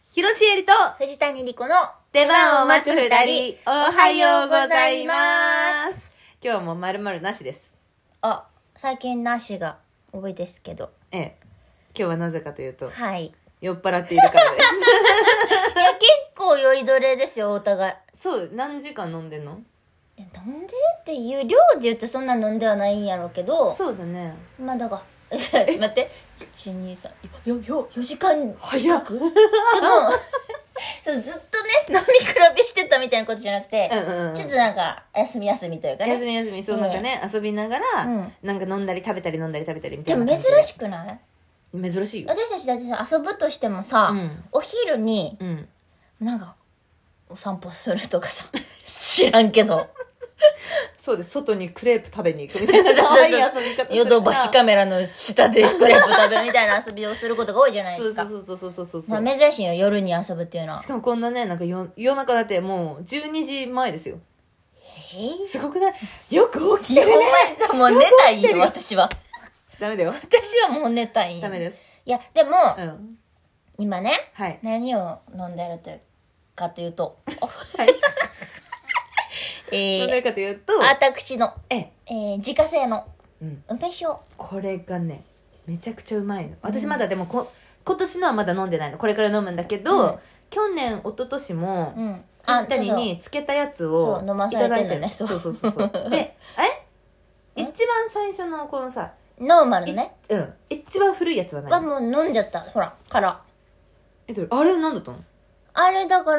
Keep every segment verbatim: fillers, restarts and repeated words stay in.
広瀬えりと藤谷莉子の出番を待つ二人、おはようございます。今日もまるまるなしです。 あ、最近なしが多いですけど。 ええ。今日はなぜかというと、 はい。 酔っ払っているからです。 いや、結構酔いどれですよ、お互い。 そう、何時間飲んでんの？ 飲んでるっていう量で言うとそんな飲んではないんやろうけど。 そうだね。 まあだから、待って、いち、に、さん、よ、よ、よじかん近くでも、そうずっとね、飲み比べしてたみたいなことじゃなくて、 うんうんうん、 ちょっとなんか、休み休みというかね。 休み休み、そうなんかね、えー、遊びながら、うん、なんか飲んだり食べたり飲んだり食べたりみたいな感じで。 でも珍しくない？ 珍しいよ。 私たちだってさ、遊ぶとしてもさ、うん、お昼に、うん、なんか、お散歩するとかさ、知らんけど。 そうです、外にクレープ食べに行くみたいな可愛い遊び方。 ヨドバシカメラの下でクレープ食べるみたいな遊びをすることが多いじゃないですか。 そうそうそうそうそうそう。 珍しいよ、夜に遊ぶっていうのは。 しかもこんなね、なんか夜夜中だってもうじゅうにじまえですよ。 えー、 すごくない？よく起きてるね。 お前じゃもう寝たいよ、私は。 ダメだよ。 私はもう寝たいよ。 ダメです。 いや、でも、うん、今ね、 はい、 何を飲んでるというかというと、 はい。 えー、 飲んでるかというと、 私の、 えええー、自家製の梅酒を、うん、 これがね、めちゃくちゃうまいの。私まだでもこ今年のはまだ飲んでないの。これから飲むんだけど、うん、去年一昨年も、うん、藤谷につけたやつをいただいてるね。そうそうそうそう。で、あれ一番最初のこのさ、 ノーマルね。 うん。一番古いやつは何？ はもう飲んじゃった。ほら、から。 えっと、あれ何だったの？あれだから、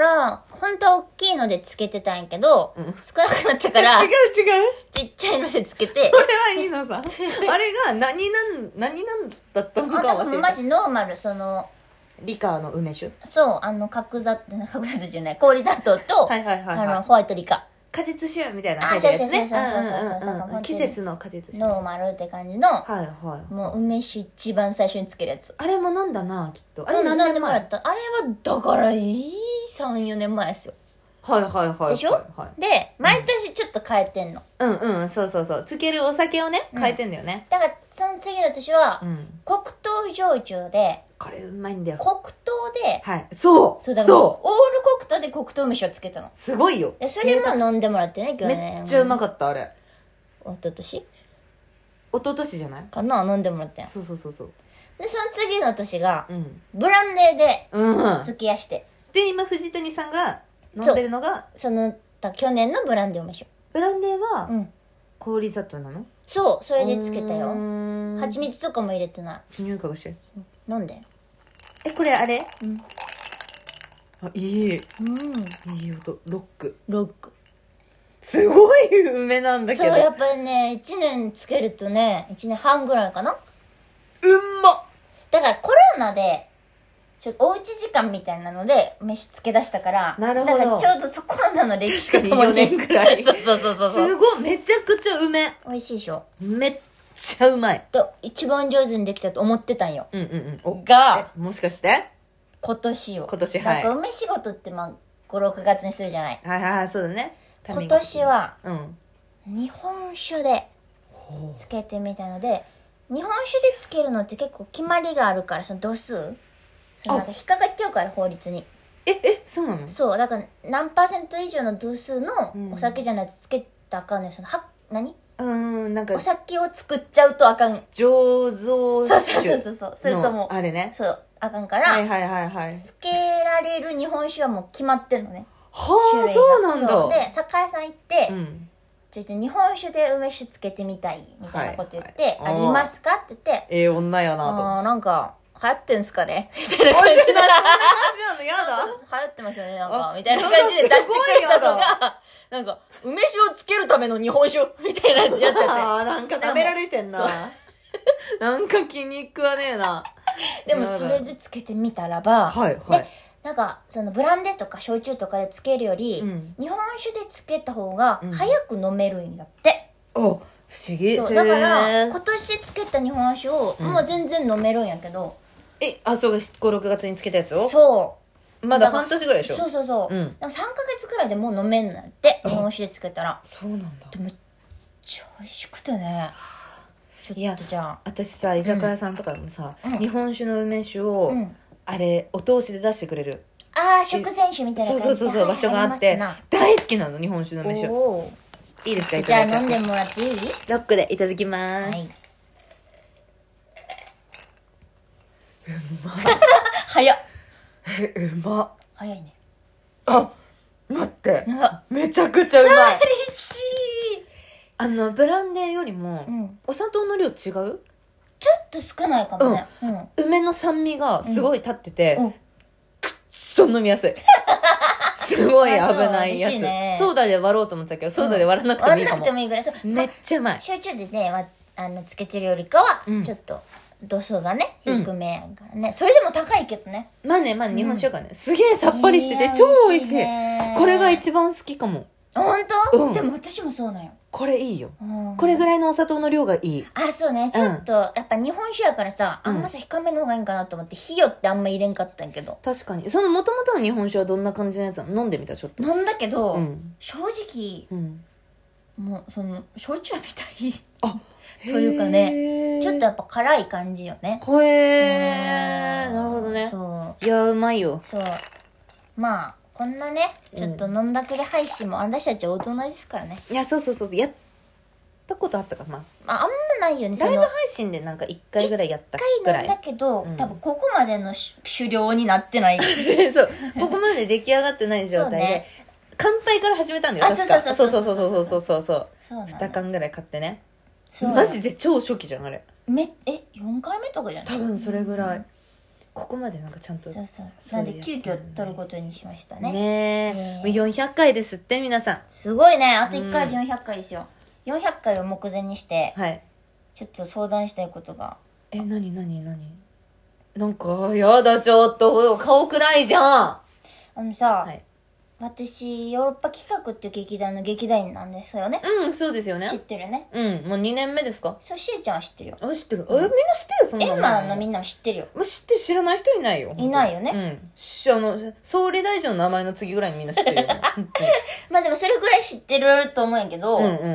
本当は大きいのでつけてたんやけど、うん、少なくなったから、 違う違う。 ちっちゃいのでつけて。 それはいいのさ。あれが何なん、何なんだったのかは忘れた。 マジノーマル、その、 リカーの梅酒？そう、 あの、角砂、角砂じゃない、氷砂糖と、はいはいはいはい、あの、ホワイトリカ。 果実酒みたいな感じのやつね。あ、そうそうそうそうそうそう。 季節の果実酒。 ノーマルって感じの、 はいはい。 もう梅酒一番最初につけるやつ。 あれも飲んだな、きっと。あれ何年前だった？あれは、だからいいさん、よねんまえですよ。 はいはいはい。 でしょ？はい、で、毎年ちょっと変えてんの。 うんうん、そうそうそう。つけるお酒をね、変えてんだよね。 うん、だから、その次の年は、うん、黒糖焼酎で、 これうまいんだよ。 黒糖で、 はい。そう。 そうだから、オール黒糖で黒糖梅酒をつけたの。 すごいよ。 それも飲んでもらってね、 今日ね。めっちゃうまかった、あれ。 おととし一昨年じゃないかな、飲んでもらったん。 そうそうそうそう。 で、その次の年が、うん、ブランデーで、付き合して、 うん。で、今、藤谷さんが飲んでるのが、 その、去年のブランデー梅酒。 ブランデーは、うん、氷砂糖なの？ そう、それでつけたよ。蜂蜜とかも入れてない。 匂いかがして。 飲んで。 え、これあれ？うん。あ、いい。 うん。 いい音。ロック。 ロック。 すごい梅なんだけど。 そう、やっぱりね、いちねんつけるとね、いちねんはんぐらいかな。 うんま。 だからコロナで、ちょっとおうち時間みたいなので、飯つけ出したから、 なるほど。 なんかちょうどそコロナの歴史とともに。 よねんくらい。 そうそうそうそう。 すごい、めちゃくちゃ梅。 美味しいでしょ。 めっちゃうまい。 と、一番上手にできたと思ってたんよ。 うんうんうん。 が、 もしかして今年を。 今年、はい。 なんか梅仕事ってまあ、ご、ろくがつにするじゃない。 はいはい、そうだね。 今年は、うん、日本酒でつけてみたので、日本酒でつけるのって結構決まりがあるから、その度数そのなんか引っかかっちゃうから、法律に。 え、え、そうなの？ そう、だから何パーセント以上の度数のお酒じゃないとつけたらあかんのよ。そのは、何？ うーん、なんか。 お酒を作っちゃうとあかん。 醸造酒。そうそうそうそう。それとも、 あれね。 そう、あかんから、 はいはいはいはい。 つけられる日本酒はもう決まってんのね。 はあ、そうなんだ。そうで、酒屋さん行って、うん、ちょっと日本酒で梅酒つけてみたいみたいなこと言って、はいはい、ありますかって言って、 ええー、女やなと。 ああ、なんか流行ってんすかねみたいな感じで。そんな感じなの？やだ。流行ってますよね、なんかみたいな感じで出してくれたのが、なんか梅酒をつけるための日本酒みたいなやつやって。 ああ、なんか食べられてんな。なんか気に食わねえな。 でもそれでつけてみたらば、 はいはい。 なんかそのブランデーとか焼酎とかでつけるより、うん、日本酒でつけた方が早く飲めるんだって、 うん、お、不思議。 そうだから今年つけた日本酒を、うん、もう全然飲めるんやけど、 え、あ、そう、ご、ろくがつにつけたやつを？ そうまだ半年ぐらいでしょ？ そうそうそう、うん、さんかげつくらいでもう飲めんなんて、日本酒でつけたら。 そうなんだ。 でもめっちゃ美味しくてね、ちょっとじゃあ私さ、居酒屋さんとかでもさ、うん、日本酒の梅酒を、うん、あれお通しで出してくれる。 ああ、食前酒みたいな感じで。 そうそうそう、場所があって、大好きなの、日本酒の梅酒。いいですか、いただいて。 じゃあ飲んでもらっていい？ ロックでいただきます。はい。うまっ。 早っ。 え、うまっ。 早いね。 あ、待って。めちゃくちゃうまい。 嬉しい。 あの、ブランデーよりも、うん、お砂糖の量違う？ちょっと少ないかもね。 うん。梅の酸味がすごい立ってて、 うん、 くっそ飲みやすい。すごい危ないやつ、ね、ソーダで割ろうと思ってたけど、ソーダで割らなくてもいいかも、 割らなくてもいいぐらい。そう、 めっちゃうまい。 焼酎でね、あのつけてるよりかは、うん、ちょっと度数がね低めやからね、うん、それでも高いけどね。 まあね、まあ日本酒がね、うん、すげえさっぱりしてて超美味しい。これが一番好きかも。 本当？うん、でも私もそうなんよ。 これいいよ。これぐらいのお砂糖の量がいい。 あ、そうね。ちょっと、うん、やっぱ日本酒やからさ、甘さ控めの方がいいんかなと思って、火よってあんま入れんかったんやけど。 確かに。その元々の日本酒はどんな感じのやつなの？飲んでみたちょっと。 飲んだけど、うん、正直、 うん、 もうその、焼酎みたい。あ、というかね、ちょっとやっぱ辛い感じよね。 へえ、なるほどね。そう。いや、うまいよ。 そう。まあ、こんなね、ちょっと飲んだくれ配信も、私たち大人ですからね。 いや、そうそうそう。やったことあったかな。 まあ、あんまないよね。 ライブ配信でなんかいっかいぐらいやったぐらい。 いっかいなんだけど、うん、多分ここまでの狩猟になってない。 そう。ここまで出来上がってない状態で、ね、乾杯から始めたんだよ。 あ、そうそうそうそうそうそうそうそうそうそう。 そうに缶ぐらい買ってね。マジで超初期じゃん、あれ。 め、え、よんかいめとかじゃない？ 多分それぐらい。うん、ここまでなんかちゃんと。 そうそう。なんで急遽撮ることにしましたね。 ねえ。よんひゃっかいですって、皆さん。 すごいね。あといっかいでよんひゃっかいですよ。よんひゃっかいを目前にして、 はい、 ちょっと相談したいことが。 え、なになになに？なんか、やだ、ちょっと、顔暗いじゃん。あのさ、はい、私、ヨーロッパ企画っていう劇団の劇団員なんですよね。 うん、そうですよね。 知ってるね。 うん、もうにねんめですか？ そう、しえちゃんは知ってるよ。 あ、知ってる。え、みんな知ってる？そんなの。 エンマのみんなも知ってるよ。 もう知ってる、知らない人いないよ。 いないよね。 うん。し、あの、総理大臣の名前の次ぐらいにみんな知ってるよね。 まあでもそれぐらい知ってると思うんやけど、 うんうんうん。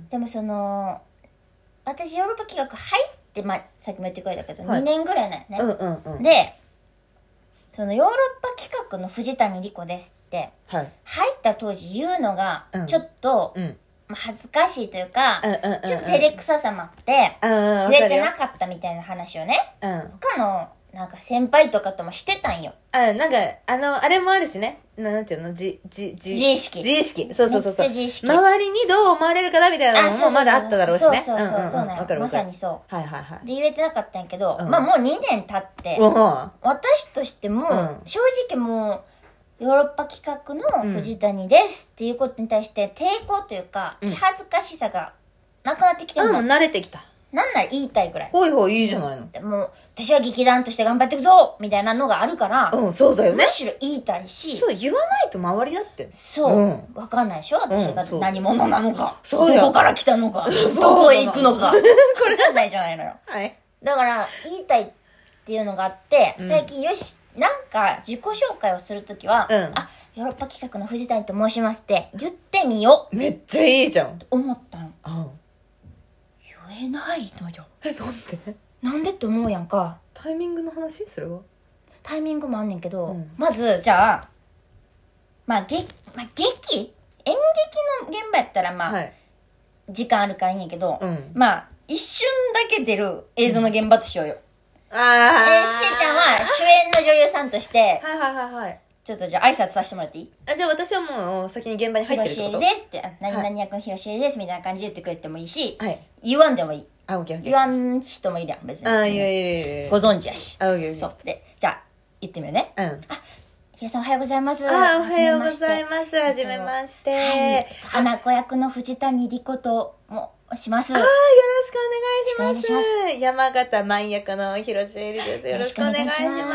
でもその、私ヨーロッパ企画入って、まあ、さっきも言ってくれたけど、はい、にねんぐらいなんよね。 うんうんうん。 で、そのヨーロッパ企画の藤谷莉子ですって、 はい、 入った当時言うのがちょっと、うん、まあ、恥ずかしいというか、うんうんうんうん、ちょっと照れくささもあって言えてなかったみたいな話をね、うん、他のなんか先輩とかともしてたんよ。 あ、なんかあのあれもあるしね、な、なんていうの、じ、じ、 じ、自意識。 自意識。そうそうそうそう。 自意識。 周りにどう思われるかなみたいなのもまだあっただろうしね。 そうそうそう。そうなの。まさにそう。 はいはいはい。 で、言えてなかったんやけど、うん、まあもうにねん経って、 うん、 私としても、うん、正直もう、ヨーロッパ企画の藤谷ですっていうことに対して抵抗というか、気恥ずかしさがなくなってきてるの。 うん、慣れてきた。 なんなら言いたいぐらい。 ほいほいいいじゃないの。 でも、私は劇団として頑張っていくぞみたいなのがあるから、 うん、そうだよね。 むしろ言いたいし。 そう、言わないと周りだって。 そう。うん、わかんないでしょ私が何者なのか。 そうどこから来たのか。どこへ行くのか。これわかんないじゃないのよ。 はい。 だから、言いたいっていうのがあって、最近よし、なんか自己紹介をするときは、うん、あ、ヨーロッパ企画の藤谷と申しますって言ってみよう。めっちゃいいじゃん。 思ったの。 うん。 言えないのよ。 え、なんで？ なんでって思うやんか。 タイミングの話？それはタイミングもあんねんけど、うん、まず、じゃあ、まあ、劇、まあ、劇演劇の現場やったら、まあ、はい、時間あるからいいんやけど、うん、まあ、一瞬だけ出る映像の現場としようよ。 うん、ああ。 えー、しーちゃんは主演の女優さんとして、 はいはいはいはい。 ちょっとじゃあ挨拶させてもらっていい？ あ、じゃあ私はもう先に現場に入ってるってこと？ 広重ですって、何々役の広重ですみたいな感じで言ってくれてもいいし、 はい、 言わんでもいい。 あ、オッケーオッケー。 言わん人もいるやん、別に。 あ、いやいやいやご存知やし。 あ、オッケーオッケー。 そう。で、じゃあ、言ってみるね。 うん。 あ、ひろさんおはようございます。 あ、おはようございます。はじめまして。はい。 花子役の藤谷莉子と申します。 あ、よろしくお願いします。山形万役の広重絵里です。よろしくお願いします。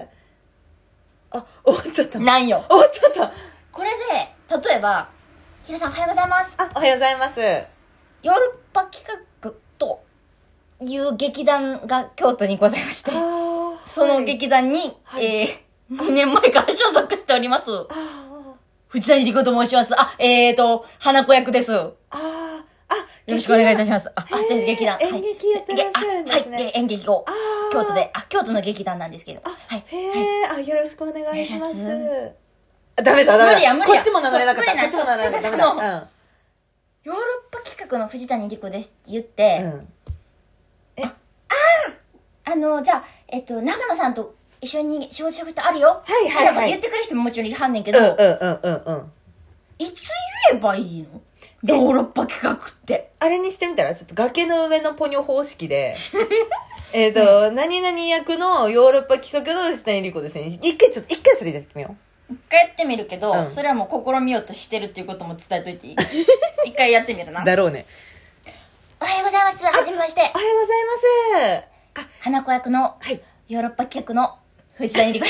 あ、終わっちゃった。 なんよ。 終わっちゃった。 これで、例えば、ひろさんおはようございます。 あ、おはようございます。 ヨーロッパ企画という劇団が京都にございまして、その劇団に、はい、えー、にねんまえから所属しております。藤谷莉子と申します。あ、えーと、花子役です。ああ、あ、 よろしくお願いいたします。あ、あ、じゃあ劇団。 演劇やってらっしゃるんですね。 はい、演劇を。京都で、あ、京都の劇団なんですけど。 あ、 はい。 へえ、あ、よろしくお願いします。 お願いしあ、ダメだ、ダメだ。 無理や無理やこっちも名乗れなかった。 そうこっちも名乗れなかった。 無理なダメだ。うんヨーロッパ企画の藤谷莉子ですって言って、 うんあの、じゃあ、えっと、長野さんと一緒に仕事したことあるよ。 はいはいはいなんか言ってくる人ももちろんいはんねんけど、 うんうんうんうんうん。 いつ言えばいいのヨーロッパ企画って。 あれにしてみたら、ちょっと崖の上のポニョ方式で、えっと、何々役のヨーロッパ企画の藤谷莉子ですね。一回ちょっと、一回それでやってみよう。 一回やってみるけど、 うんそれはもう試みようとしてるっていうことも伝えといていい一回やってみるな。 だろうね。 おはようございます。はじめまして。 おはようございます。あ、 花子役のはい。 ヨーロッパ企画の藤谷莉子です。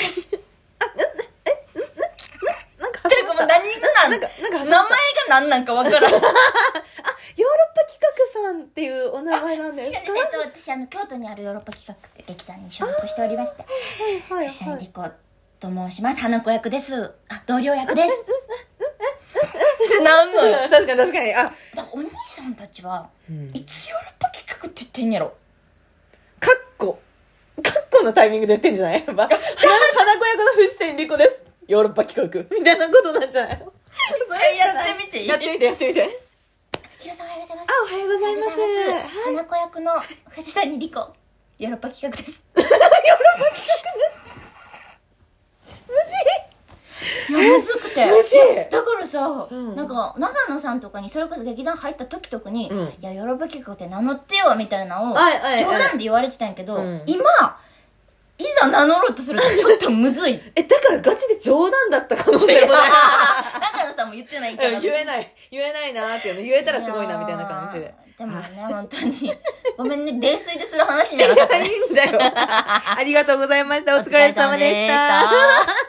なんかていうかもう何がなんなんかなんか名前が何なんかわからん。 あ、ヨーロッパ企画さんっていうお名前なんですか？ 違うです。えっと、私、あの、京都にあるヨーロッパ企画って劇団に所属しておりまして、 はいはい藤はい。 谷莉子と申します。花子役です。あ、同僚役です。ってなんのよ。 確かに確かに。あ、 だからお兄さんたちは、 うんいつヨーロッパ企画って言ってんやろ。 カッコ。カッコのタイミングでやってんじゃない？やっぱ花子役の藤谷莉子です。ヨーロッパ企画。みたいなことなんじゃないの？ それやってみていい？ やってみてやってみて。 ひろさんおはようございます。 あ、おはようございます。 おはようございます。花子役の藤谷莉子。ヨーロッパ企画です。いや、むずくて。 むずいだからさ、 うんなんか、長野さんとかに、それこそ劇団入った時とかに、 うんいや、ヨーロッパ企画って名乗ってよ、みたいなのを、 はいはいはい冗談で言われてたんやけど、 うん今、いざ名乗ろうとするとちょっとむずい。 え、だからガチで冗談だった可能性もない。 長野さんも言ってないから。 言えない。言えないなーっていうの。言えたらすごいな、みたいな感じで。 でもね、本当に。ごめんね、泥酔でする話じゃなかったね。 いいんだよ。ありがとうございました。お疲れ様でした。 お疲れ様でした